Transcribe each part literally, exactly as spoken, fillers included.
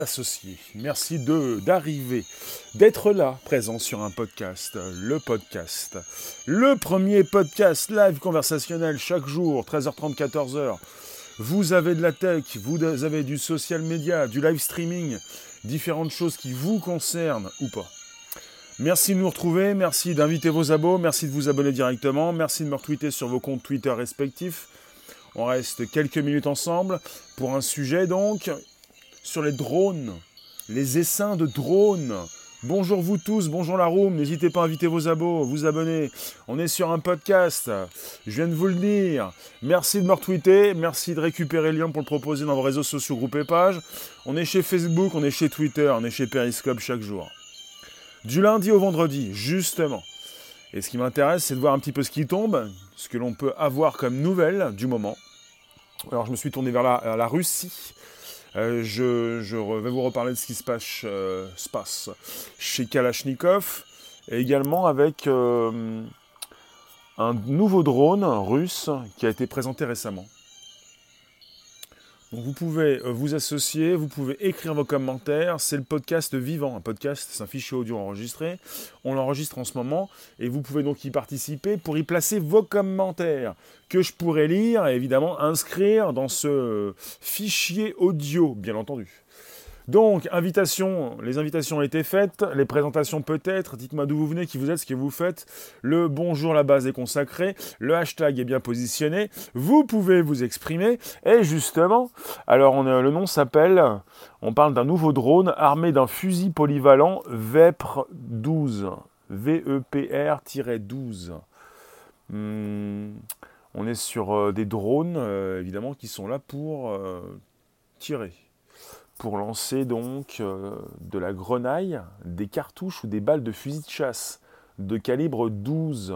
Associés, merci de d'arriver, d'être là, présent sur un podcast, le podcast, le premier podcast live conversationnel chaque jour, treize heures trente, quatorze heures. Vous avez de la tech, vous avez du social media, du live streaming, différentes choses qui vous concernent ou pas. Merci de nous retrouver, merci d'inviter vos abos, merci de vous abonner directement, merci de me retweeter sur vos comptes Twitter respectifs. On reste quelques minutes ensemble pour un sujet donc sur les drones, les essaims de drones. Bonjour vous tous, bonjour la room, n'hésitez pas à inviter vos abos, vous abonner. On est sur un podcast, je viens de vous le dire. Merci de me retweeter, merci de récupérer le lien pour le proposer dans vos réseaux sociaux, groupes et pages. On est chez Facebook, on est chez Twitter, on est chez Periscope chaque jour. Du lundi au vendredi, justement. Et ce qui m'intéresse, c'est de voir un petit peu ce qui tombe, ce que l'on peut avoir comme nouvelles du moment. Alors je me suis tourné vers la, la Russie. Euh, je, je vais vous reparler de ce qui se passe, euh, se passe chez Kalachnikov, et également avec euh, un nouveau drone russe qui a été présenté récemment. Donc vous pouvez vous associer, vous pouvez écrire vos commentaires, c'est le podcast vivant. Un podcast, c'est un fichier audio enregistré, on l'enregistre en ce moment, et vous pouvez donc y participer pour y placer vos commentaires, que je pourrais lire et évidemment inscrire dans ce fichier audio, bien entendu. Donc, invitation, les invitations ont été faites, les présentations peut-être, dites-moi d'où vous venez, qui vous êtes, ce que vous faites, le bonjour, la base est consacrée, le hashtag est bien positionné, vous pouvez vous exprimer, et justement, alors on a, le nom s'appelle, on parle d'un nouveau drone armé d'un fusil polyvalent Vepr douze, V E P R douze. Hum, on est sur euh, des drones, euh, évidemment, qui sont là pour euh, tirer. Pour lancer donc euh, de la grenaille, des cartouches ou des balles de fusil de chasse de calibre douze.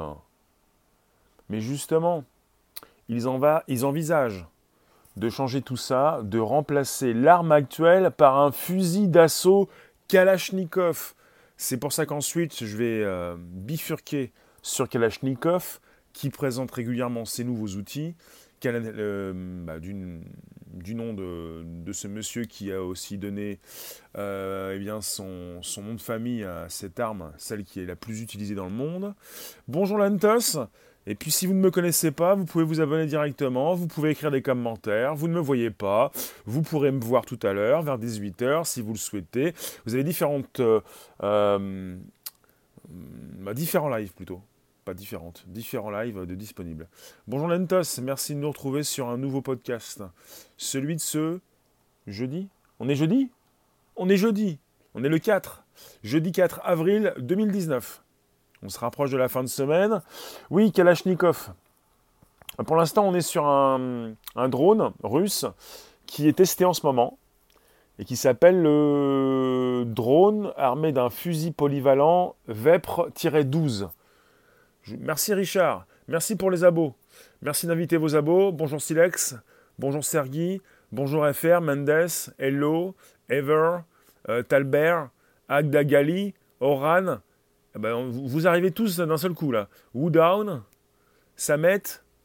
Mais justement, ils, en va, ils envisagent de changer tout ça, de remplacer l'arme actuelle par un fusil d'assaut Kalachnikov. C'est pour ça qu'ensuite, je vais euh, bifurquer sur Kalachnikov, qui présente régulièrement ses nouveaux outils. Euh, bah, du, du nom de, de ce monsieur qui a aussi donné euh, eh bien son, son nom de famille à cette arme, celle qui est la plus utilisée dans le monde. Bonjour Lantos, et puis si vous ne me connaissez pas, vous pouvez vous abonner directement, vous pouvez écrire des commentaires, vous ne me voyez pas, vous pourrez me voir tout à l'heure vers dix-huit heures si vous le souhaitez. Vous avez différentes, euh, euh, bah, différents lives plutôt. Pas différentes, différents lives de disponibles. Bonjour Lentos, merci de nous retrouver sur un nouveau podcast. Celui de ce jeudi. On est jeudi On est jeudi. On est le quatre. Jeudi quatre avril deux mille dix-neuf. On se rapproche de la fin de semaine. Oui, Kalachnikov. Pour l'instant, on est sur un, un drone russe qui est testé en ce moment et qui s'appelle le drone armé d'un fusil polyvalent Vepr douze. Merci Richard, merci pour les abos. Merci d'inviter vos abos. Bonjour Silex, bonjour Sergi, bonjour F R, Mendes, Hello, Ever, euh, Talbert, Agda Gali, Oran. Eh ben, vous, vous arrivez tous d'un seul coup là. Woodown, Samet,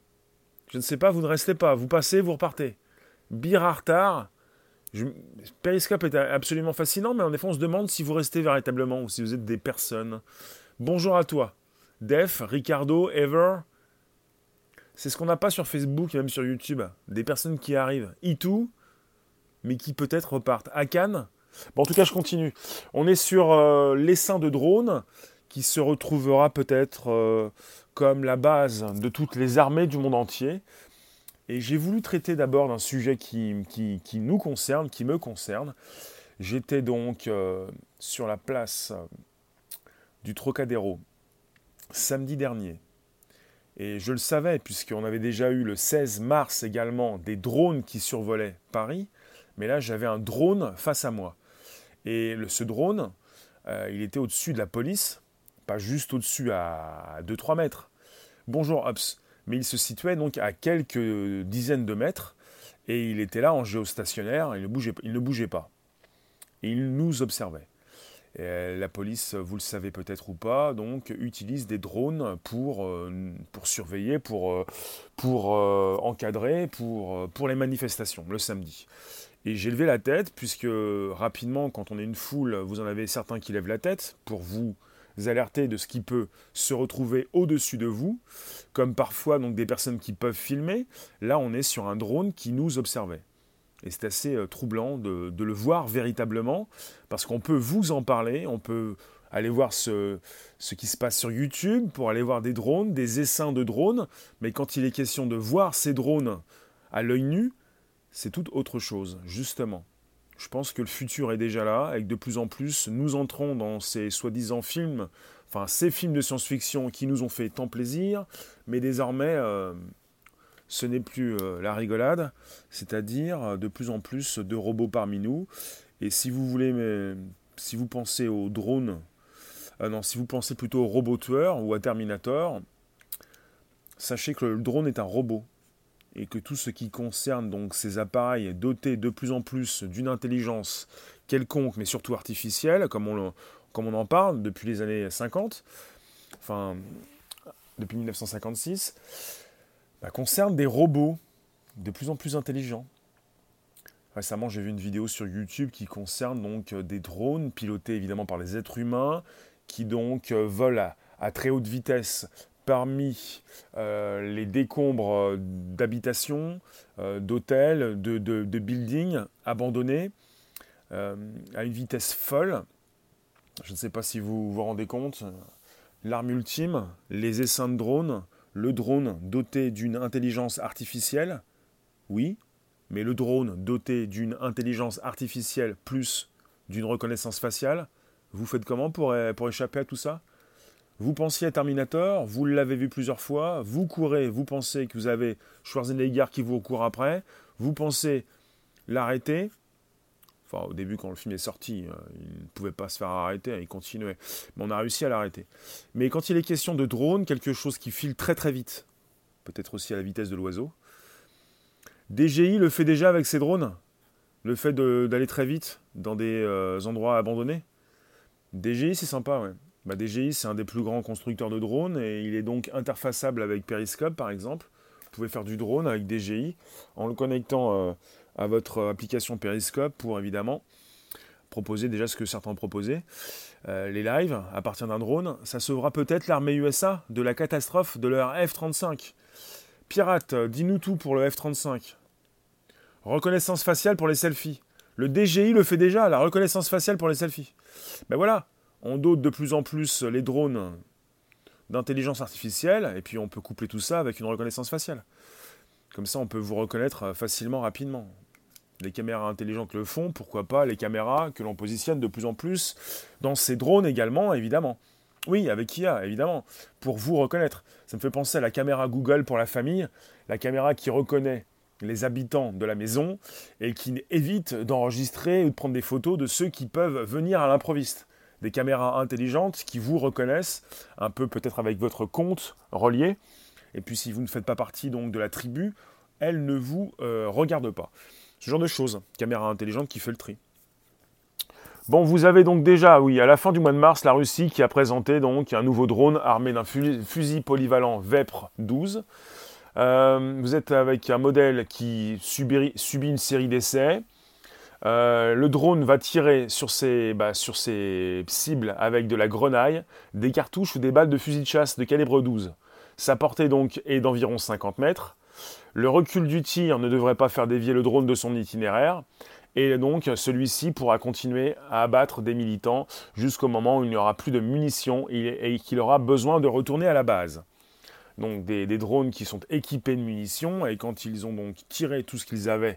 je ne sais pas, vous ne restez pas. Vous passez, vous repartez. Birartar. Je... Periscope est absolument fascinant, mais en effet on se demande si vous restez véritablement ou si vous êtes des personnes. Bonjour à toi. Def, Ricardo, Ever, c'est ce qu'on n'a pas sur Facebook et même sur YouTube. Des personnes qui arrivent, Itou, mais qui peut-être repartent. Akan, bon en tout cas je continue. On est sur euh, l'essaim de drones qui se retrouvera peut-être euh, comme la base de toutes les armées du monde entier. Et j'ai voulu traiter d'abord d'un sujet qui, qui, qui nous concerne, qui me concerne. J'étais donc euh, sur la place du Trocadéro samedi dernier. Et je le savais, puisqu'on avait déjà eu le seize mars également des drones qui survolaient Paris. Mais là, j'avais un drone face à moi. Et le, ce drone, euh, il était au-dessus de la police, pas juste au-dessus à deux à trois mètres. Bonjour, Ops. Mais il se situait donc à quelques dizaines de mètres. Et il était là en géostationnaire, il ne bougeait, il ne bougeait pas. Et il nous observait. Et la police, vous le savez peut-être ou pas, donc utilise des drones pour, euh, pour surveiller, pour, euh, pour euh, encadrer, pour, euh, pour les manifestations le samedi. Et j'ai levé la tête, puisque rapidement, quand on est une foule, vous en avez certains qui lèvent la tête pour vous alerter de ce qui peut se retrouver au-dessus de vous, comme parfois donc, des personnes qui peuvent filmer. Là, on est sur un drone qui nous observait. Et c'est assez euh, troublant de, de le voir véritablement, parce qu'on peut vous en parler, on peut aller voir ce, ce qui se passe sur YouTube pour aller voir des drones, des essaims de drones, mais quand il est question de voir ces drones à l'œil nu, c'est tout autre chose, justement. Je pense que le futur est déjà là, et que de plus en plus, nous entrons dans ces soi-disant films, enfin ces films de science-fiction qui nous ont fait tant plaisir, mais désormais, euh, ce n'est plus euh, la rigolade, c'est-à-dire euh, de plus en plus de robots parmi nous. Et si vous voulez, mais, si vous pensez aux drones, euh, non, si vous pensez plutôt aux robots tueurs ou à Terminator, sachez que le drone est un robot. Et que tout ce qui concerne donc ces appareils dotés de plus en plus d'une intelligence quelconque, mais surtout artificielle, comme on, le, comme on en parle depuis les années cinquante, enfin, depuis mille neuf cent cinquante-six, bah, concerne des robots de plus en plus intelligents. Récemment, j'ai vu une vidéo sur YouTube qui concerne donc des drones pilotés évidemment par les êtres humains, qui donc volent à, à très haute vitesse parmi euh, les décombres d'habitations, euh, d'hôtels, de, de, de buildings abandonnés euh, à une vitesse folle. Je ne sais pas si vous vous rendez compte. L'arme ultime, les essaims de drones, le drone doté d'une intelligence artificielle, oui, mais le drone doté d'une intelligence artificielle plus d'une reconnaissance faciale, vous faites comment pour, pour échapper à tout ça ? Vous pensiez à Terminator, vous l'avez vu plusieurs fois, vous courez, vous pensez que vous avez Schwarzenegger qui vous court après, vous pensez l'arrêter. Enfin, au début, quand le film est sorti, euh, il ne pouvait pas se faire arrêter, il continuait. Mais on a réussi à l'arrêter. Mais quand il est question de drone, quelque chose qui file très très vite, peut-être aussi à la vitesse de l'oiseau, D J I le fait déjà avec ses drones, le fait de, d'aller très vite dans des euh, endroits abandonnés. D J I, c'est sympa, ouais. Bah, D J I, c'est un des plus grands constructeurs de drones et il est donc interfaçable avec Periscope, par exemple. Vous pouvez faire du drone avec D J I en le connectant euh, à votre application Periscope pour évidemment proposer déjà ce que certains proposaient. Euh, les lives à partir d'un drone, ça sauvera peut-être l'armée U S A de la catastrophe de leur F trente-cinq. Pirate, dis-nous tout pour le F trente-cinq. Reconnaissance faciale pour les selfies. Le D J I le fait déjà, la reconnaissance faciale pour les selfies. Ben voilà. On dote de plus en plus les drones d'intelligence artificielle, et puis on peut coupler tout ça avec une reconnaissance faciale. Comme ça, on peut vous reconnaître facilement, rapidement. Les caméras intelligentes le font, pourquoi pas les caméras que l'on positionne de plus en plus dans ces drones également, évidemment. Oui, avec I A, évidemment, pour vous reconnaître. Ça me fait penser à la caméra Google pour la famille, la caméra qui reconnaît les habitants de la maison et qui évite d'enregistrer ou de prendre des photos de ceux qui peuvent venir à l'improviste. Des caméras intelligentes qui vous reconnaissent, un peu peut-être avec votre compte relié. Et puis si vous ne faites pas partie donc de la tribu, elles ne vous euh, regardent pas. Ce genre de choses, caméra intelligente qui fait le tri. Bon, vous avez donc déjà, oui, à la fin du mois de mars, la Russie qui a présenté donc un nouveau drone armé d'un fusil polyvalent Vepr douze. Euh, vous êtes avec un modèle qui subit, subit une série d'essais. Euh, le drone va tirer sur ses, bah, sur ses cibles avec de la grenaille, des cartouches ou des balles de fusil de chasse de calibre douze. Sa portée donc est d'environ cinquante mètres. Le recul du tir ne devrait pas faire dévier le drone de son itinéraire. Et donc celui-ci pourra continuer à abattre des militants jusqu'au moment où il n'y aura plus de munitions et qu'il aura besoin de retourner à la base. Donc des, des drones qui sont équipés de munitions, et quand ils ont donc tiré tout ce qu'ils avaient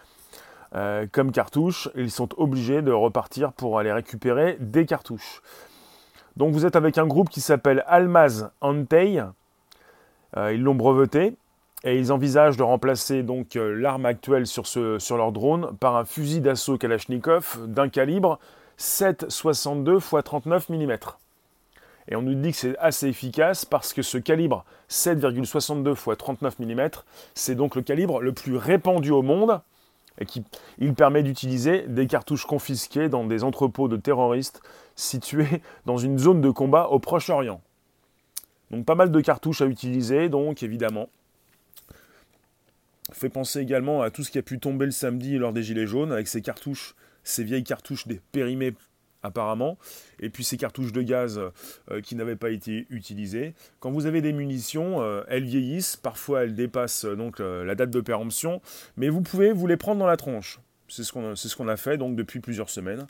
Euh, comme cartouches, ils sont obligés de repartir pour aller récupérer des cartouches. Donc vous êtes avec un groupe qui s'appelle Almaz Antey. Euh, ils l'ont breveté et ils envisagent de remplacer donc euh, l'arme actuelle sur, ce, sur leur drone par un fusil d'assaut Kalachnikov d'un calibre sept virgule soixante-deux fois trente-neuf millimètres. Et on nous dit que c'est assez efficace parce que ce calibre sept virgule soixante-deux fois trente-neuf millimètres, c'est donc le calibre le plus répandu au monde. Et qui, il permet d'utiliser des cartouches confisquées dans des entrepôts de terroristes situés dans une zone de combat au Proche-Orient. Donc pas mal de cartouches à utiliser, donc évidemment. Fait penser également à tout ce qui a pu tomber le samedi lors des Gilets jaunes, avec ces cartouches, ces vieilles cartouches des périmées apparemment, et puis ces cartouches de gaz euh, qui n'avaient pas été utilisées. Quand vous avez des munitions, euh, elles vieillissent, parfois elles dépassent euh, donc euh, la date de péremption, mais vous pouvez vous les prendre dans la tronche. C'est ce qu'on a, c'est ce qu'on a fait donc depuis plusieurs semaines.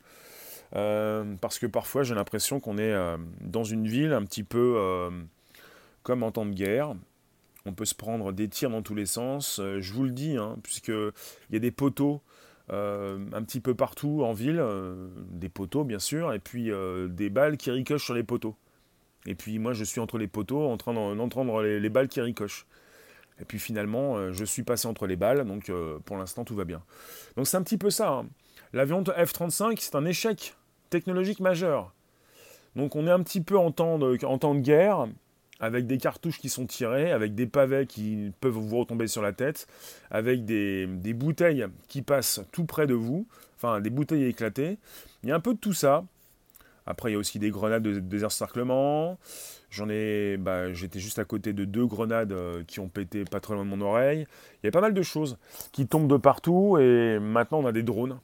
Euh, parce que parfois j'ai l'impression qu'on est euh, dans une ville un petit peu euh, comme en temps de guerre. On peut se prendre des tirs dans tous les sens. Euh, je vous le dis, hein, puisqu'il y a des poteaux euh, un petit peu partout en ville, euh, des poteaux bien sûr, et puis euh, des balles qui ricochent sur les poteaux. Et puis moi je suis entre les poteaux en train d'entendre les, les balles qui ricochent. Et puis finalement euh, je suis passé entre les balles, donc euh, pour l'instant tout va bien. Donc c'est un petit peu ça. Hein. L'avion F trente-cinq, c'est un échec technologique majeur. Donc on est un petit peu en temps de, en temps de guerre, avec des cartouches qui sont tirées, avec des pavés qui peuvent vous retomber sur la tête, avec des, des bouteilles qui passent tout près de vous, enfin des bouteilles éclatées. Il y a un peu de tout ça. Après, il y a aussi des grenades de désencerclement. J'en ai, bah, j'étais juste à côté de deux grenades euh, qui ont pété pas très loin de mon oreille. Il y a pas mal de choses qui tombent de partout et maintenant on a des drones.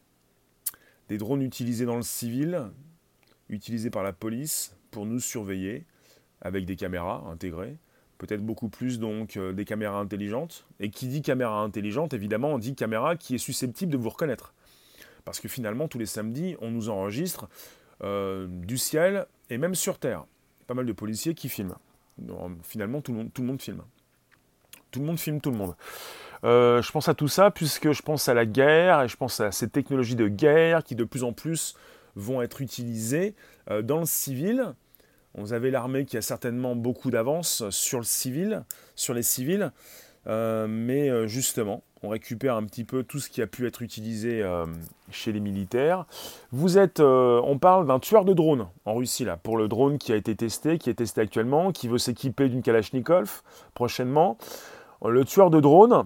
Des drones utilisés dans le civil, utilisés par la police pour nous surveiller, avec des caméras intégrées, peut-être beaucoup plus donc euh, des caméras intelligentes. Et qui dit caméra intelligente, évidemment, on dit caméra qui est susceptible de vous reconnaître. Parce que finalement, tous les samedis, on nous enregistre euh, du ciel et même sur Terre. Pas mal de policiers qui filment. Donc, finalement, tout le monde, tout le monde filme. Tout le monde filme tout le monde. Euh, je pense à tout ça puisque je pense à la guerre et je pense à ces technologies de guerre qui de plus en plus vont être utilisées euh, dans le civil. Vous avez l'armée qui a certainement beaucoup d'avance sur le civil, sur les civils, euh, mais euh, justement, on récupère un petit peu tout ce qui a pu être utilisé euh, chez les militaires. Vous êtes, euh, on parle d'un tueur de drone en Russie là, pour le drone qui a été testé, qui est testé actuellement, qui veut s'équiper d'une Kalachnikov prochainement. Le tueur de drone,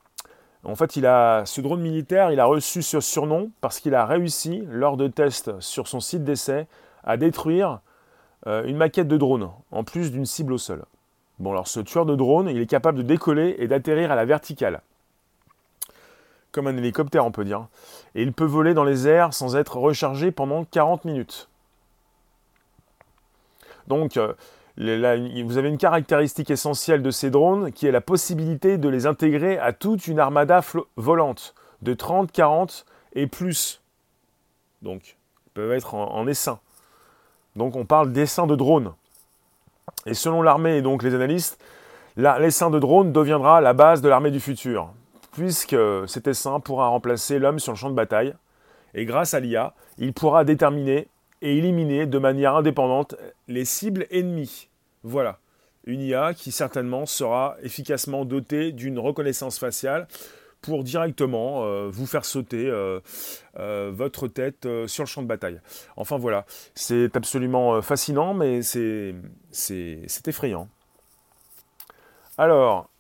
en fait, il a ce drone militaire, il a reçu ce surnom parce qu'il a réussi lors de tests sur son site d'essai à détruire Euh, une maquette de drone, en plus d'une cible au sol. Bon, alors ce tueur de drone, il est capable de décoller et d'atterrir à la verticale. Comme un hélicoptère, on peut dire. Et il peut voler dans les airs sans être rechargé pendant quarante minutes. Donc, euh, là, vous avez une caractéristique essentielle de ces drones qui est la possibilité de les intégrer à toute une armada flo- volante de trente, quarante et plus. Donc, ils peuvent être en, en essaim. Donc on parle d'essaim de drones. Et selon l'armée et donc les analystes, l'essaim de drones deviendra la base de l'armée du futur, puisque cet essaim pourra remplacer l'homme sur le champ de bataille. Et grâce à l'I A, il pourra déterminer et éliminer de manière indépendante les cibles ennemies. Voilà, une I A qui certainement sera efficacement dotée d'une reconnaissance faciale pour directement euh, vous faire sauter euh, euh, votre tête euh, sur le champ de bataille. Enfin voilà, c'est absolument euh, fascinant, mais c'est, c'est, c'est effrayant. Alors,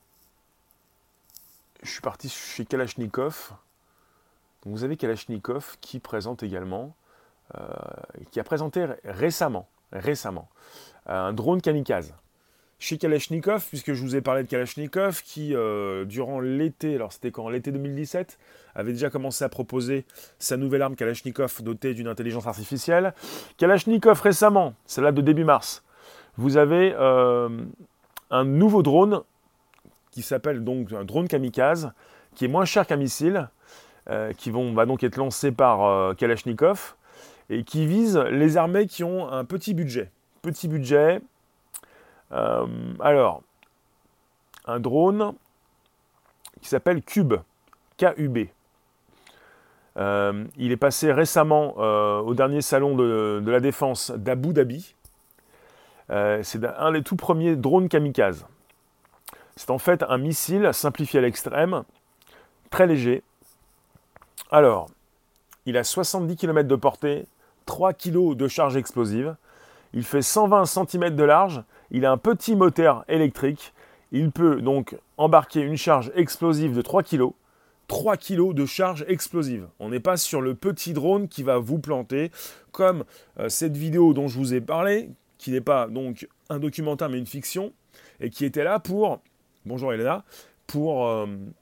je suis parti chez Kalachnikov. Donc vous avez Kalachnikov qui présente également, euh, qui a présenté récemment, récemment, un drone kamikaze. Chez Kalachnikov, puisque je vous ai parlé de Kalachnikov, qui, euh, durant l'été, alors c'était quand, l'été deux mille dix-sept, avait déjà commencé à proposer sa nouvelle arme Kalachnikov dotée d'une intelligence artificielle. Kalachnikov, récemment, c'est là de début mars, vous avez euh, un nouveau drone qui s'appelle donc un drone kamikaze, qui est moins cher qu'un missile, euh, qui vont, va donc être lancé par euh, Kalachnikov, et qui vise les armées qui ont un petit budget. Petit budget... Euh, alors, un drone qui s'appelle Cube, K U B. Euh, il est passé récemment euh, au dernier salon de, de la défense d'Abu Dhabi. Euh, c'est un des tout premiers drones kamikazes. C'est en fait un missile simplifié à l'extrême, très léger. Alors, il a soixante-dix kilomètres de portée, trois kilos de charge explosive. Il fait cent vingt centimètres de large, il a un petit moteur électrique, il peut donc embarquer une charge explosive de trois kilos, trois kilos de charge explosive. On n'est pas sur le petit drone qui va vous planter, comme euh, cette vidéo dont je vous ai parlé, qui n'est pas donc un documentaire mais une fiction, et qui était là pour, bonjour Elena, pour euh,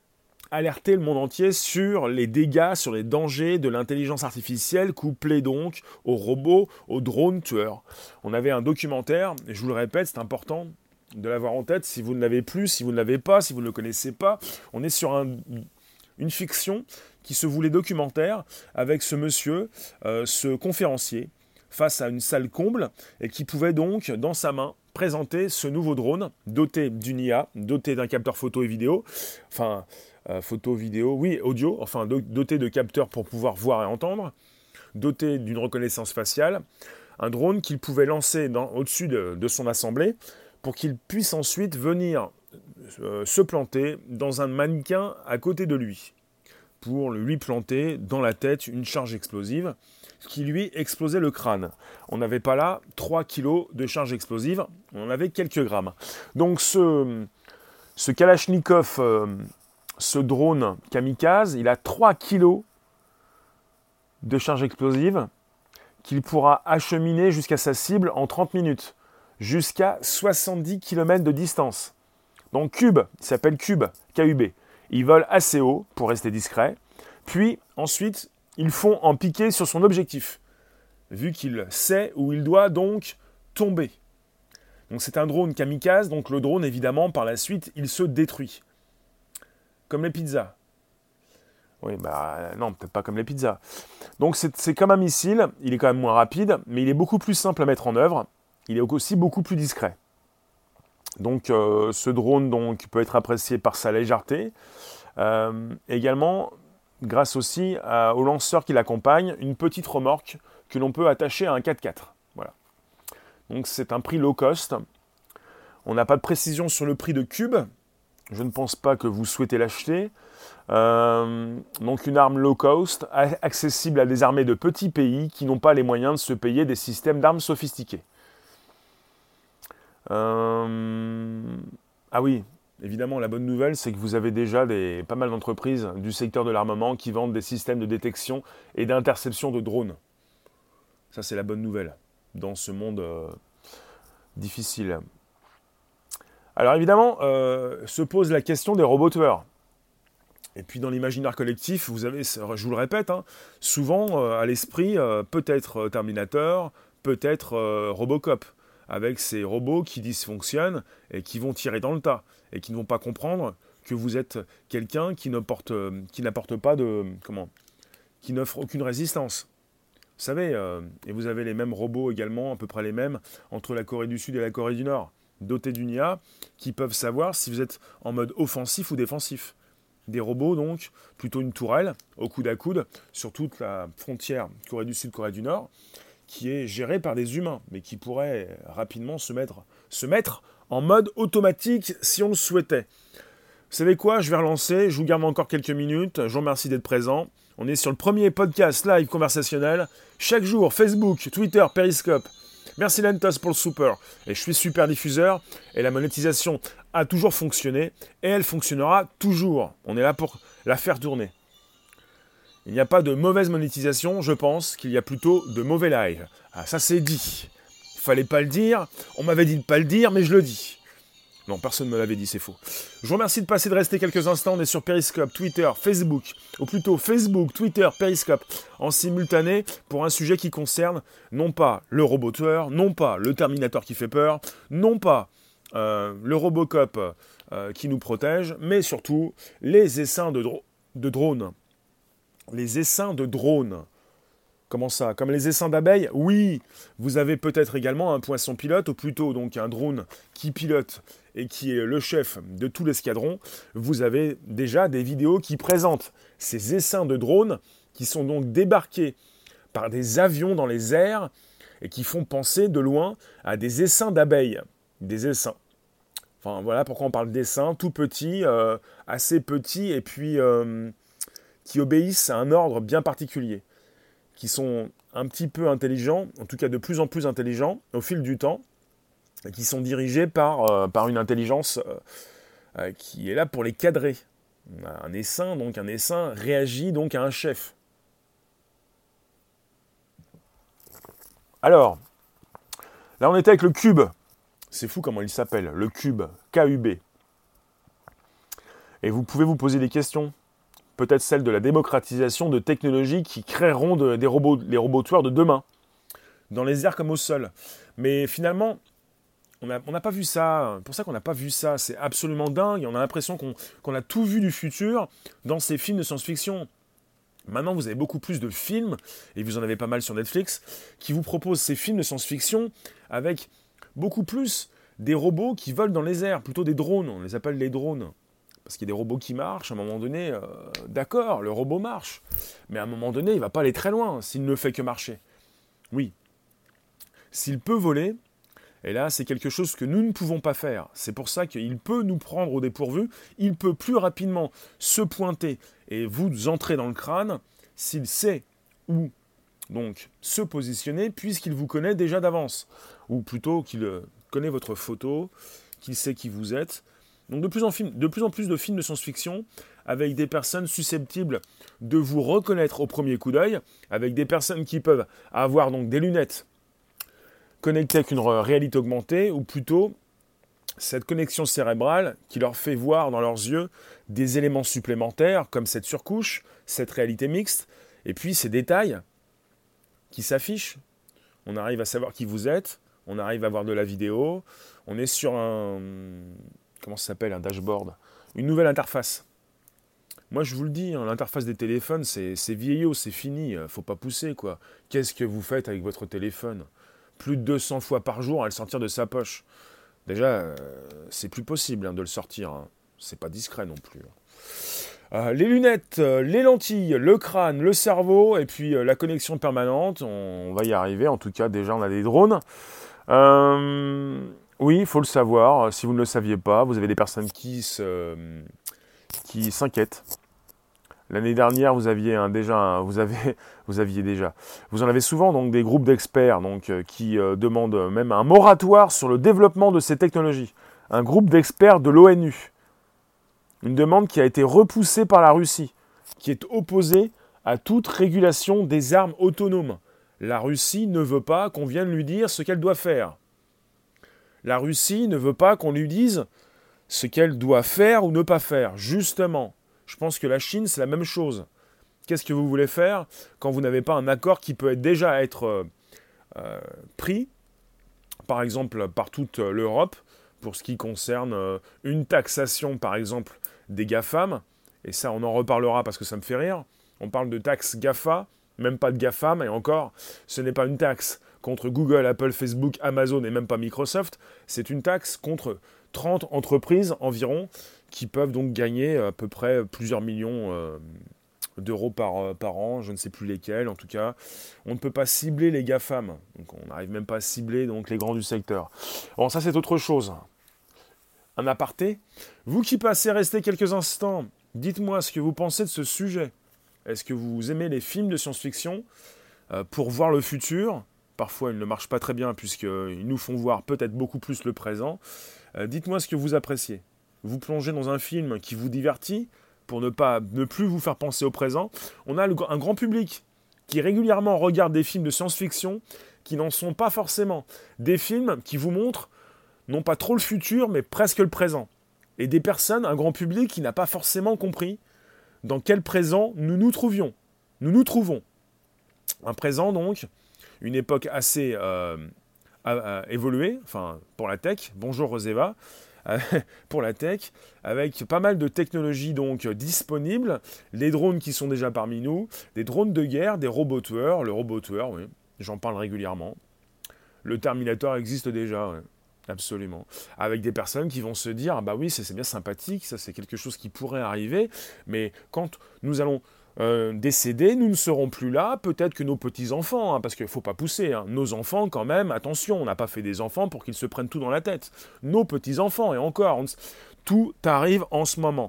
alerter le monde entier sur les dégâts, sur les dangers de l'intelligence artificielle couplée donc aux robots, aux drones tueurs. On avait un documentaire, et je vous le répète, c'est important de l'avoir en tête si vous ne l'avez plus, si vous ne l'avez pas, si vous ne le connaissez pas. On est sur un, une fiction qui se voulait documentaire avec ce monsieur, euh, ce conférencier, face à une salle comble et qui pouvait donc, dans sa main, présenter ce nouveau drone doté d'une I A, doté d'un capteur photo et vidéo, enfin, euh, photo, vidéo, oui, audio, enfin, do- doté de capteurs pour pouvoir voir et entendre, doté d'une reconnaissance faciale, un drone qu'il pouvait lancer dans, au-dessus de, de son assemblée pour qu'il puisse ensuite venir euh, se planter dans un mannequin à côté de lui, pour lui planter dans la tête une charge explosive qui lui explosait le crâne. On n'avait pas là trois kilos de charge explosive, on en avait quelques grammes. Donc ce, ce Kalachnikov, euh, ce drone kamikaze, il a trois kilos de charge explosive qu'il pourra acheminer jusqu'à sa cible en trente minutes, jusqu'à soixante-dix kilomètres de distance. Donc Cube, il s'appelle Cube, K U B. Ils volent assez haut pour rester discret, puis ensuite ils font en piqué sur son objectif, vu qu'il sait où il doit donc tomber. Donc c'est un drone kamikaze, donc le drone évidemment par la suite il se détruit. Comme les pizzas. Oui, bah non, peut-être pas comme les pizzas. Donc c'est, c'est comme un missile, il est quand même moins rapide, mais il est beaucoup plus simple à mettre en œuvre, il est aussi beaucoup plus discret. Donc euh, ce drone donc, peut être apprécié par sa légèreté, euh, également grâce aussi à, au lanceur qui l'accompagne, une petite remorque que l'on peut attacher à un quatre-quatre. Voilà. Donc c'est un prix low cost. On n'a pas de précision sur le prix de Cube. Je ne pense pas que vous souhaitez l'acheter. Euh, donc une arme low cost, accessible à des armées de petits pays qui n'ont pas les moyens de se payer des systèmes d'armes sophistiqués. Euh, ah oui, évidemment, la bonne nouvelle, c'est que vous avez déjà des, pas mal d'entreprises du secteur de l'armement qui vendent des systèmes de détection et d'interception de drones. Ça, c'est la bonne nouvelle dans ce monde euh, difficile. Alors évidemment, euh, se pose la question des robots tueurs. Et puis dans l'imaginaire collectif, vous avez, je vous le répète, hein, souvent euh, à l'esprit, euh, peut-être Terminator, peut-être euh, Robocop, avec ces robots qui dysfonctionnent et qui vont tirer dans le tas, et qui ne vont pas comprendre que vous êtes quelqu'un qui n'apporte, qui n'apporte pas de, comment, qui n'offre aucune résistance. Vous savez, euh, et vous avez les mêmes robots également, à peu près les mêmes, entre la Corée du Sud et la Corée du Nord, dotés d'une I A, qui peuvent savoir si vous êtes en mode offensif ou défensif. Des robots donc, plutôt une tourelle, au coude à coude, sur toute la frontière Corée du Sud, Corée du Nord, qui est gérée par des humains, mais qui pourrait rapidement se mettre, se mettre en mode automatique si on le souhaitait. Vous savez quoi, je vais relancer, je vous garde encore quelques minutes, je vous remercie d'être présent. On est sur le premier podcast live conversationnel, chaque jour, Facebook, Twitter, Periscope. Merci Lentos pour le super. Et je suis super diffuseur, et la monétisation a toujours fonctionné, et elle fonctionnera toujours. On est là pour la faire tourner. Il n'y a pas de mauvaise monétisation, je pense qu'il y a plutôt de mauvais live. Ah, ça c'est dit. Il fallait pas le dire, on m'avait dit de ne pas le dire, mais je le dis. Non, personne ne me l'avait dit, c'est faux. Je vous remercie de passer, de rester quelques instants. On est sur Periscope, Twitter, Facebook, ou plutôt Facebook, Twitter, Periscope, en simultané pour un sujet qui concerne non pas le robot tueur, non pas le Terminator qui fait peur, non pas euh, le Robocop euh, qui nous protège, mais surtout les essaims de, dro- de drones. Les essaims de drones. Comment ça? Comme les essaims d'abeilles? Oui, vous avez peut-être également un poisson pilote, ou plutôt donc un drone qui pilote et qui est le chef de tout l'escadron. Vous avez déjà des vidéos qui présentent ces essaims de drones qui sont donc débarqués par des avions dans les airs et qui font penser de loin à des essaims d'abeilles. Des essaims. Enfin voilà pourquoi on parle d'essaims, tout petits, euh, assez petits et puis euh, qui obéissent à un ordre bien particulier, qui sont un petit peu intelligents, en tout cas de plus en plus intelligents au fil du temps, et qui sont dirigés par, euh, par une intelligence euh, euh, qui est là pour les cadrer. Un essaim, donc un essaim réagit donc à un chef. Alors, là on était avec le cube. C'est fou comment il s'appelle, le cube, K U B. Et vous pouvez vous poser des questions. Peut-être celle de la démocratisation de technologies qui créeront de, des robots, les robots tueurs de demain, dans les airs comme au sol. Mais finalement, on n'a on n'a pas vu ça. C'est pour ça qu'on n'a pas vu ça. C'est absolument dingue. On a l'impression qu'on qu'on a tout vu du futur dans ces films de science-fiction. Maintenant, vous avez beaucoup plus de films, et vous en avez pas mal sur Netflix, qui vous proposent ces films de science-fiction avec beaucoup plus des robots qui volent dans les airs, plutôt des drones. On les appelle les drones. Parce qu'il y a des robots qui marchent, à un moment donné, euh, d'accord, le robot marche. Mais à un moment donné, il ne va pas aller très loin s'il ne fait que marcher. Oui. S'il peut voler, et là, c'est quelque chose que nous ne pouvons pas faire. C'est pour ça qu'il peut nous prendre au dépourvu. Il peut plus rapidement se pointer et vous entrer dans le crâne s'il sait où donc se positionner, puisqu'il vous connaît déjà d'avance. Ou plutôt qu'il connaît votre photo, qu'il sait qui vous êtes. Donc de plus, en film, de plus en plus de films de science-fiction avec des personnes susceptibles de vous reconnaître au premier coup d'œil, avec des personnes qui peuvent avoir donc des lunettes connectées avec une réalité augmentée, ou plutôt cette connexion cérébrale qui leur fait voir dans leurs yeux des éléments supplémentaires, comme cette surcouche, cette réalité mixte, et puis ces détails qui s'affichent. On arrive à savoir qui vous êtes, on arrive à voir de la vidéo, on est sur un... Comment ça s'appelle, un dashboard? Une nouvelle interface. Moi, je vous le dis, hein, l'interface des téléphones, c'est, c'est vieillot, c'est fini. Faut pas pousser, quoi. Qu'est-ce que vous faites avec votre téléphone? Plus de deux cents fois par jour à le sortir de sa poche. Déjà, euh, c'est plus possible hein, de le sortir. Hein. C'est pas discret non plus. Euh, les lunettes, euh, les lentilles, le crâne, le cerveau, et puis euh, la connexion permanente. On, on va y arriver. En tout cas, déjà, on a des drones. Euh... Oui, il faut le savoir. Si vous ne le saviez pas, vous avez des personnes qui, se, qui s'inquiètent. L'année dernière, vous aviez un, déjà, un, vous avez, vous aviez déjà, vous en avez souvent donc des groupes d'experts donc euh, qui euh, demandent même un moratoire sur le développement de ces technologies. Un groupe d'experts de l'ONU. Une demande qui a été repoussée par la Russie, qui est opposée à toute régulation des armes autonomes. La Russie ne veut pas qu'on vienne lui dire ce qu'elle doit faire. La Russie ne veut pas qu'on lui dise ce qu'elle doit faire ou ne pas faire. Justement, je pense que la Chine, c'est la même chose. Qu'est-ce que vous voulez faire quand vous n'avez pas un accord qui peut être déjà être euh, euh, pris, par exemple, par toute l'Europe, pour ce qui concerne euh, une taxation, par exemple, des GAFAM, et ça, on en reparlera parce que ça me fait rire. On parle de taxe GAFA, même pas de GAFAM, et encore, ce n'est pas une taxe contre Google, Apple, Facebook, Amazon et même pas Microsoft, c'est une taxe contre trente entreprises environ qui peuvent donc gagner à peu près plusieurs millions euh, d'euros par, par an, je ne sais plus lesquels en tout cas. On ne peut pas cibler les GAFAM, donc on n'arrive même pas à cibler donc, les grands du secteur. Bon, ça c'est autre chose. Un aparté. Vous qui passez rester quelques instants, dites-moi ce que vous pensez de ce sujet. Est-ce que vous aimez les films de science-fiction euh, pour voir le futur ? Parfois, ils ne marchent pas très bien puisqu'ils nous font voir peut-être beaucoup plus le présent. Euh, dites-moi ce que vous appréciez. Vous plongez dans un film qui vous divertit pour ne, pas, ne plus vous faire penser au présent. On a le, un grand public qui régulièrement regarde des films de science-fiction qui n'en sont pas forcément. Des films qui vous montrent non pas trop le futur, mais presque le présent. Et des personnes, un grand public qui n'a pas forcément compris dans quel présent nous nous trouvions. Nous nous trouvons. Un présent donc... Une époque assez euh, euh, évoluée, enfin pour la tech, bonjour Roseva, euh, pour la tech, avec pas mal de technologies donc disponibles, les drones qui sont déjà parmi nous, des drones de guerre, des robots tueurs, le robot tueur, oui, j'en parle régulièrement. Le Terminator existe déjà, ouais, absolument. Avec des personnes qui vont se dire, ah bah oui, c'est, c'est bien sympathique, ça c'est quelque chose qui pourrait arriver, mais quand nous allons Euh, décédés, nous ne serons plus là, peut-être que nos petits-enfants, hein, parce qu'il ne faut pas pousser, hein, nos enfants quand même, attention, on n'a pas fait des enfants pour qu'ils se prennent tout dans la tête. Nos petits-enfants, et encore, on, tout arrive en ce moment.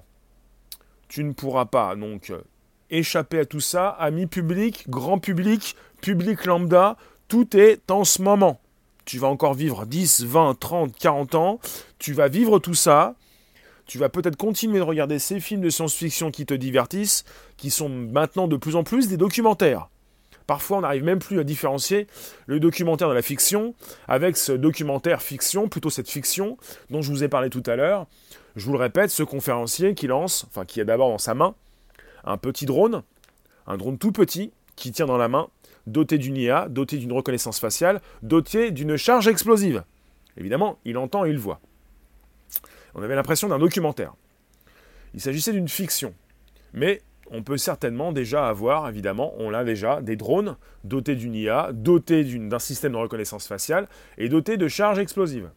Tu ne pourras pas donc euh, échapper à tout ça, amis public, grand public, public lambda, tout est en ce moment. Tu vas encore vivre dix, vingt, trente, quarante ans, tu vas vivre tout ça. Tu vas peut-être continuer de regarder ces films de science-fiction qui te divertissent, qui sont maintenant de plus en plus des documentaires. Parfois, on n'arrive même plus à différencier le documentaire de la fiction avec ce documentaire fiction, plutôt cette fiction dont je vous ai parlé tout à l'heure. Je vous le répète, ce conférencier qui lance, enfin qui a d'abord dans sa main, un petit drone, un drone tout petit, qui tient dans la main, doté d'une I A, doté d'une reconnaissance faciale, doté d'une charge explosive. Évidemment, il entend et il voit. On avait l'impression d'un documentaire. Il s'agissait d'une fiction. Mais on peut certainement déjà avoir, évidemment, on l'a déjà, des drones dotés d'une I A, dotés d'une, d'un système de reconnaissance faciale et dotés de charges explosives.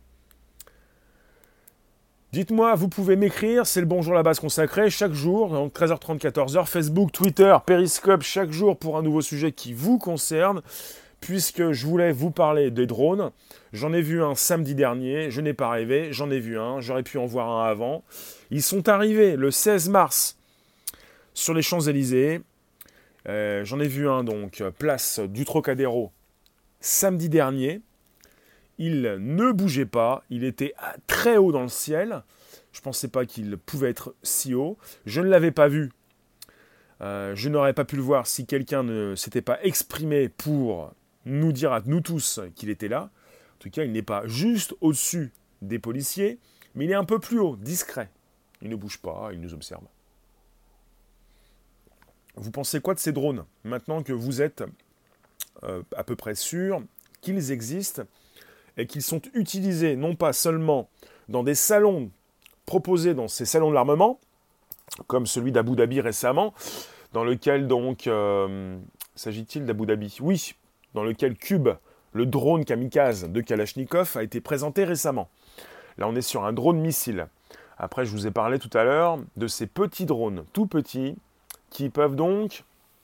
Dites-moi, vous pouvez m'écrire, c'est le Bonjour la base consacré, chaque jour, donc treize heures trente, quatorze heures, Facebook, Twitter, Periscope, chaque jour pour un nouveau sujet qui vous concerne, puisque je voulais vous parler des drones. J'en ai vu un samedi dernier, je n'ai pas rêvé, j'en ai vu un, j'aurais pu en voir un avant. Ils sont arrivés le seize mars sur les Champs-Élysées. Euh, j'en ai vu un donc, place du Trocadéro, samedi dernier. Il ne bougeait pas, il était très haut dans le ciel. Je ne pensais pas qu'il pouvait être si haut. Je ne l'avais pas vu. Euh, je n'aurais pas pu le voir si quelqu'un ne s'était pas exprimé pour nous dire à nous tous qu'il était là. En tout cas, il n'est pas juste au-dessus des policiers, mais il est un peu plus haut, discret. Il ne bouge pas, il nous observe. Vous pensez quoi de ces drones, maintenant que vous êtes euh, à peu près sûr qu'ils existent et qu'ils sont utilisés non pas seulement dans des salons proposés dans ces salons de l'armement, comme celui d'Abu Dhabi récemment, dans lequel donc, euh, s'agit-il d'Abu Dhabi ? Oui, dans lequel Cube, le drone kamikaze de Kalachnikov, a été présenté récemment. Là, on est sur un drone missile. Après, je vous ai parlé tout à l'heure de ces petits drones, tout petits, qui peuvent donc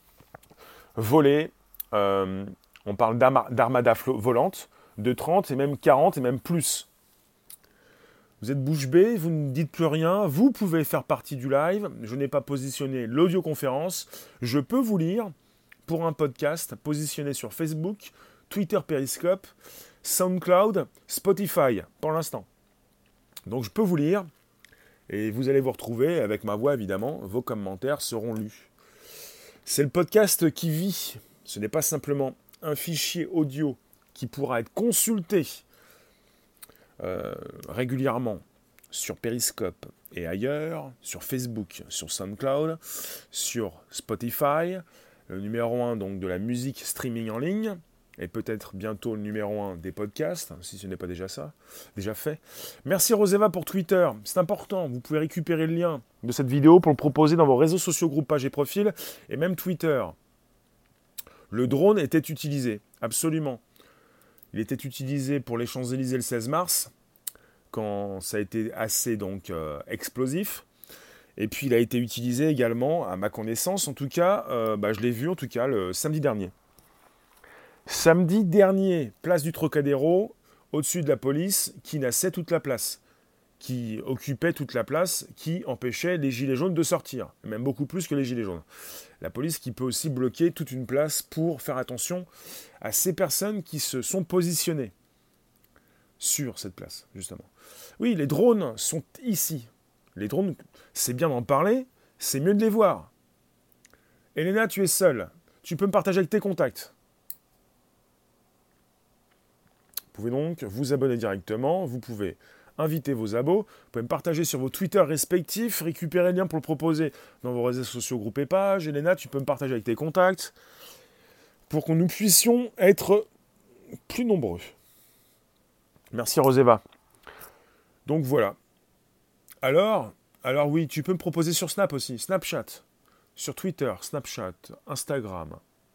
voler, euh, on parle d'armada volante, de trente et même quarante et même plus. Vous êtes bouche bée, vous ne dites plus rien, vous pouvez faire partie du live, je n'ai pas positionné l'audioconférence, je peux vous lire pour un podcast positionné sur Facebook, Twitter Periscope, SoundCloud, Spotify pour l'instant. Donc je peux vous lire et vous allez vous retrouver avec ma voix évidemment, vos commentaires seront lus. C'est le podcast qui vit, ce n'est pas simplement un fichier audio qui pourra être consulté euh, régulièrement sur Periscope et ailleurs, sur Facebook, sur SoundCloud, sur Spotify, le numéro un donc de la musique streaming en ligne, et peut-être bientôt le numéro un des podcasts, si ce n'est pas déjà ça, déjà fait. Merci Roseva pour Twitter, c'est important, vous pouvez récupérer le lien de cette vidéo pour le proposer dans vos réseaux sociaux, groupes, pages et profils, et même Twitter. Le drone était utilisé, absolument. Il était utilisé pour les Champs-Élysées le seize mars, quand ça a été assez donc euh, explosif. Et puis il a été utilisé également, à ma connaissance, en tout cas, euh, bah, je l'ai vu en tout cas le samedi dernier. Samedi dernier, place du Trocadéro, au-dessus de la police, qui nassait toute la place, qui occupait toute la place, qui empêchait les gilets jaunes de sortir, même beaucoup plus que les gilets jaunes. La police qui peut aussi bloquer toute une place pour faire attention à ces personnes qui se sont positionnées sur cette place, justement. Oui, les drones sont ici. Les drones, c'est bien d'en parler, c'est mieux de les voir. Elena, tu es seule. Tu peux me partager avec tes contacts. Vous pouvez donc vous abonner directement, vous pouvez inviter vos abos, vous pouvez me partager sur vos Twitter respectifs, récupérer le lien pour le proposer dans vos réseaux sociaux, groupes et pages. Elena, tu peux me partager avec tes contacts pour que nous puissions être plus nombreux. Merci Roseva. Donc voilà. Alors, alors oui, tu peux me proposer sur Snap aussi, Snapchat, sur Twitter, Snapchat, Instagram.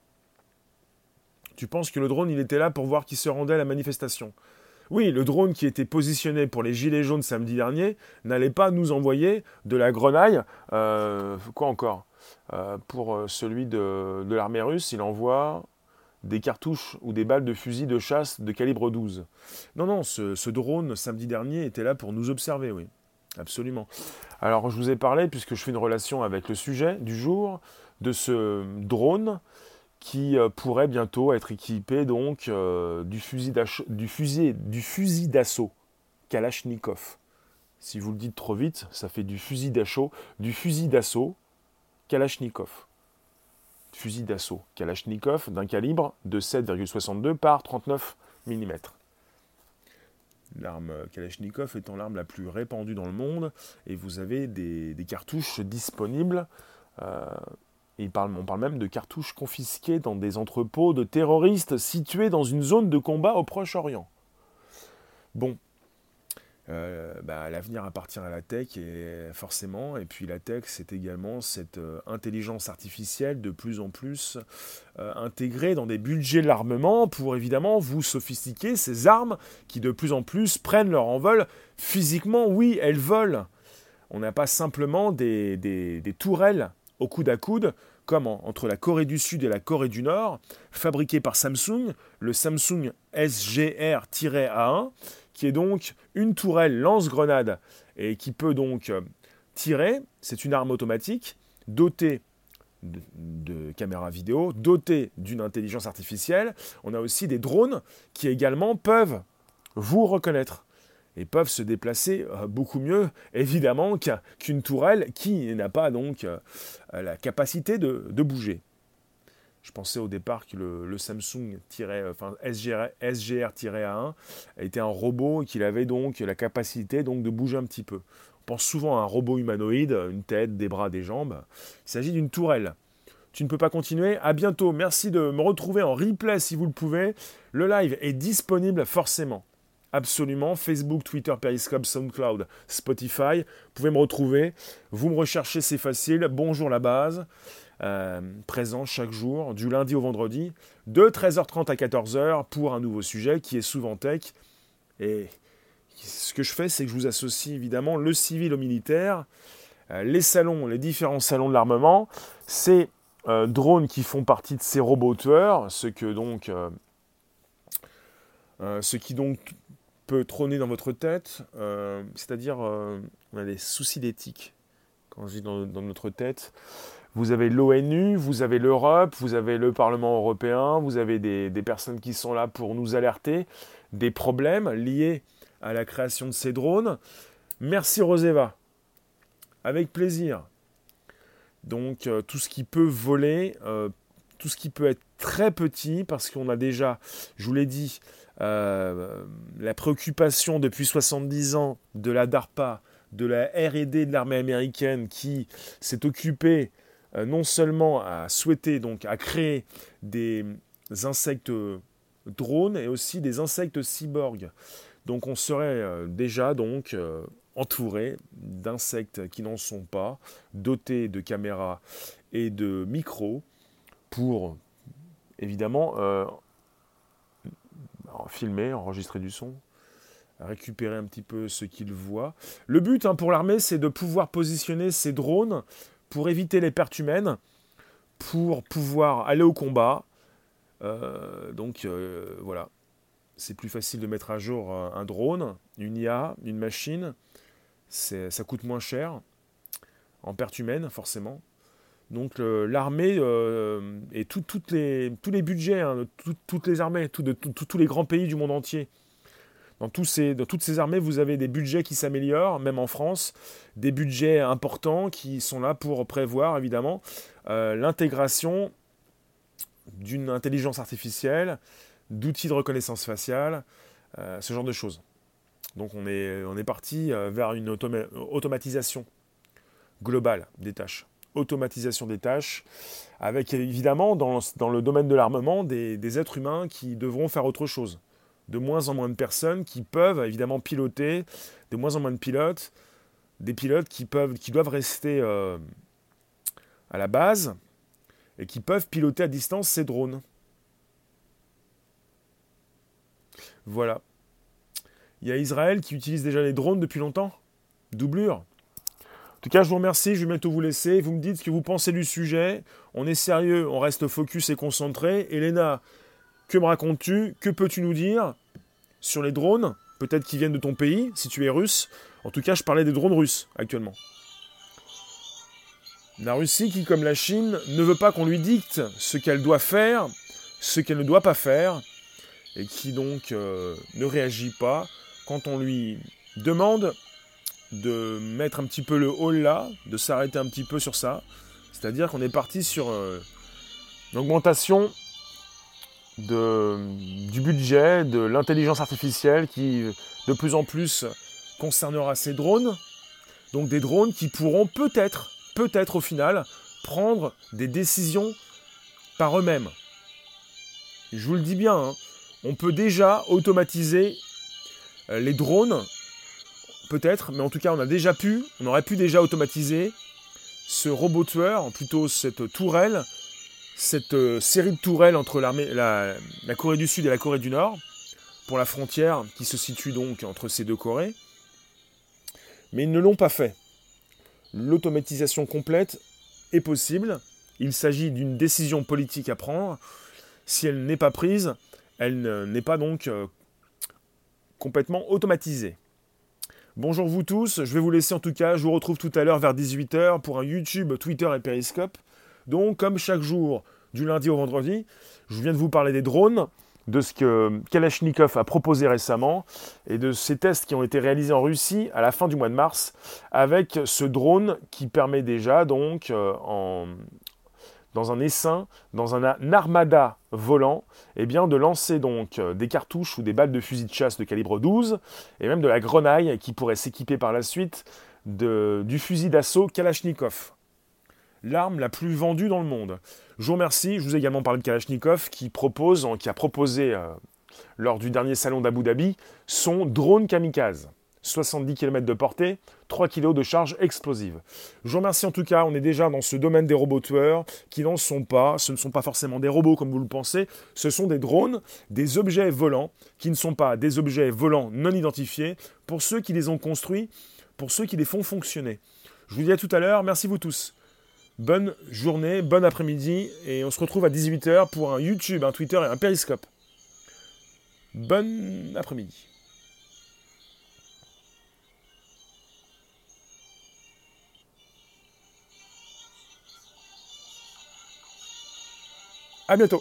Tu penses que le drone, il était là pour voir qui se rendait à la manifestation. Oui, le drone qui était positionné pour les gilets jaunes samedi dernier n'allait pas nous envoyer de la grenaille. Euh, quoi encore euh, Pour celui de, de l'armée russe, il envoie des cartouches ou des balles de fusil de chasse de calibre douze. Non, non, ce, ce drone samedi dernier était là pour nous observer, oui. Absolument. Alors, je vous ai parlé, puisque je fais une relation avec le sujet du jour, de ce drone qui euh, pourrait bientôt être équipé donc euh, du fusil du fusil, du fusil d'assaut Kalachnikov. Si vous le dites trop vite, ça fait du fusil d'assaut, du fusil d'assaut Kalachnikov. Fusil d'assaut Kalachnikov d'un calibre de sept virgule soixante-deux par trente-neuf millimètres. L'arme Kalachnikov étant l'arme la plus répandue dans le monde, et vous avez des, des cartouches disponibles. Euh, et il parle, on parle même de cartouches confisquées dans des entrepôts de terroristes situés dans une zone de combat au Proche-Orient. Bon, euh, bah, l'avenir appartient à la tech, et forcément, et puis la tech, c'est également cette euh, intelligence artificielle de plus en plus euh, intégrée dans des budgets de l'armement pour évidemment vous sophistiquer ces armes qui de plus en plus prennent leur envol. Physiquement, oui, elles volent. On n'a pas simplement des, des, des tourelles au coude à coude, comme en, entre la Corée du Sud et la Corée du Nord, fabriquées par Samsung, le Samsung S G R A un, qui est donc une tourelle lance-grenade et qui peut donc tirer. C'est une arme automatique dotée de, de caméras vidéo, dotée d'une intelligence artificielle. On a aussi des drones qui également peuvent vous reconnaître et peuvent se déplacer beaucoup mieux, évidemment, qu'une tourelle qui n'a pas donc la capacité de, de bouger. Je pensais au départ que le, le Samsung enfin, S G R A un était un robot et qu'il avait donc la capacité donc de bouger un petit peu. On pense souvent à un robot humanoïde, une tête, des bras, des jambes. Il s'agit d'une tourelle. Tu ne peux pas continuer. À bientôt. Merci de me retrouver en replay si vous le pouvez. Le live est disponible forcément. Absolument. Facebook, Twitter, Periscope, SoundCloud, Spotify. Vous pouvez me retrouver. Vous me recherchez, c'est facile. Bonjour la base. Euh, présent chaque jour, du lundi au vendredi, de treize heures trente à quatorze heures pour un nouveau sujet qui est souvent tech. Et ce que je fais, c'est que je vous associe évidemment le civil au militaire, euh, les salons, les différents salons de l'armement, ces euh, drones qui font partie de ces robots tueurs, ce que donc, euh, euh, ce qui donc peut trôner dans votre tête, euh, c'est-à-dire euh, on a des soucis d'éthique quand je dis dans, dans notre tête. Vous avez l'ONU, vous avez l'Europe, vous avez le Parlement européen, vous avez des, des personnes qui sont là pour nous alerter des problèmes liés à la création de ces drones. Merci Roseva, avec plaisir. Donc euh, tout ce qui peut voler, euh, tout ce qui peut être très petit, parce qu'on a déjà, je vous l'ai dit, euh, la préoccupation depuis soixante-dix ans de la DARPA, de la R et D de l'armée américaine qui s'est occupée Euh, non seulement à souhaiter, donc à créer des insectes drones et aussi des insectes cyborgs. Donc on serait euh, déjà donc euh, entouré d'insectes qui n'en sont pas, dotés de caméras et de micros pour évidemment euh, filmer, enregistrer du son, récupérer un petit peu ce qu'ils voient. Le but hein, pour l'armée, c'est de pouvoir positionner ces drones pour éviter les pertes humaines, pour pouvoir aller au combat. Euh, donc euh, voilà, c'est plus facile de mettre à jour un, un drone, une I A, une machine. C'est, ça coûte moins cher, en pertes humaines forcément. Donc euh, l'armée euh, et tout, toutes les, tous les budgets, hein, tout, toutes les armées, tout, de, tout, tous les grands pays du monde entier, Dans, tous ces, dans toutes ces armées, vous avez des budgets qui s'améliorent, même en France, des budgets importants qui sont là pour prévoir, évidemment, euh, l'intégration d'une intelligence artificielle, d'outils de reconnaissance faciale, euh, ce genre de choses. Donc on est, on est parti vers une automa- automatisation globale des tâches. Automatisation des tâches, avec évidemment, dans, dans le domaine de l'armement, des, des êtres humains qui devront faire autre chose. De moins en moins de personnes qui peuvent évidemment piloter, de moins en moins de pilotes, des pilotes qui, peuvent, qui doivent rester euh, à la base et qui peuvent piloter à distance ces drones. Voilà. Il y a Israël qui utilise déjà les drones depuis longtemps. Doublure. En tout cas, je vous remercie, je vais bientôt vous laisser. Vous me dites ce que vous pensez du sujet. On est sérieux, on reste focus et concentré. Elena, que me racontes-tu? Que peux-tu nous dire sur les drones? Peut-être qu'ils viennent de ton pays, si tu es russe. En tout cas, je parlais des drones russes, actuellement. La Russie qui, comme la Chine, ne veut pas qu'on lui dicte ce qu'elle doit faire, ce qu'elle ne doit pas faire, et qui donc euh, ne réagit pas quand on lui demande de mettre un petit peu le haut là, de s'arrêter un petit peu sur ça. C'est-à-dire qu'on est parti sur euh, une augmentation de, du budget, de l'intelligence artificielle qui de plus en plus concernera ces drones. Donc des drones qui pourront peut-être, peut-être au final, prendre des décisions par eux-mêmes. Je vous le dis bien, hein, on peut déjà automatiser les drones, peut-être, mais en tout cas on a déjà pu, on aurait pu déjà automatiser ce robot tueur, plutôt cette tourelle, cette euh, série de tourelles entre l'armée, la, la Corée du Sud et la Corée du Nord, pour la frontière qui se situe donc entre ces deux Corées. Mais ils ne l'ont pas fait. L'automatisation complète est possible. Il s'agit d'une décision politique à prendre. Si elle n'est pas prise, elle n'est pas donc euh, complètement automatisée. Bonjour vous tous, je vais vous laisser en tout cas, je vous retrouve tout à l'heure vers dix-huit heures pour un YouTube, Twitter et Periscope. Donc comme chaque jour, du lundi au vendredi, je viens de vous parler des drones, de ce que Kalachnikov a proposé récemment et de ces tests qui ont été réalisés en Russie à la fin du mois de mars avec ce drone qui permet déjà donc euh, en, dans un essaim, dans un, un armada volant, eh bien, de lancer donc euh, des cartouches ou des balles de fusil de chasse de calibre douze et même de la grenaille qui pourrait s'équiper par la suite de, du fusil d'assaut Kalachnikov. L'arme la plus vendue dans le monde. Je vous remercie. Je vous ai également parlé de Kalachnikov qui propose, qui a proposé euh, lors du dernier salon d'Abu Dhabi son drone kamikaze. soixante-dix kilomètres de portée, trois kilos de charge explosive. Je vous remercie en tout cas. On est déjà dans ce domaine des robots tueurs qui n'en sont pas. Ce ne sont pas forcément des robots comme vous le pensez. Ce sont des drones, des objets volants qui ne sont pas des objets volants non identifiés pour ceux qui les ont construits, pour ceux qui les font fonctionner. Je vous dis à tout à l'heure. Merci vous tous. Bonne journée, bon après-midi, et on se retrouve à dix-huit heures pour un YouTube, un Twitter et un Periscope. Bon après-midi. À bientôt.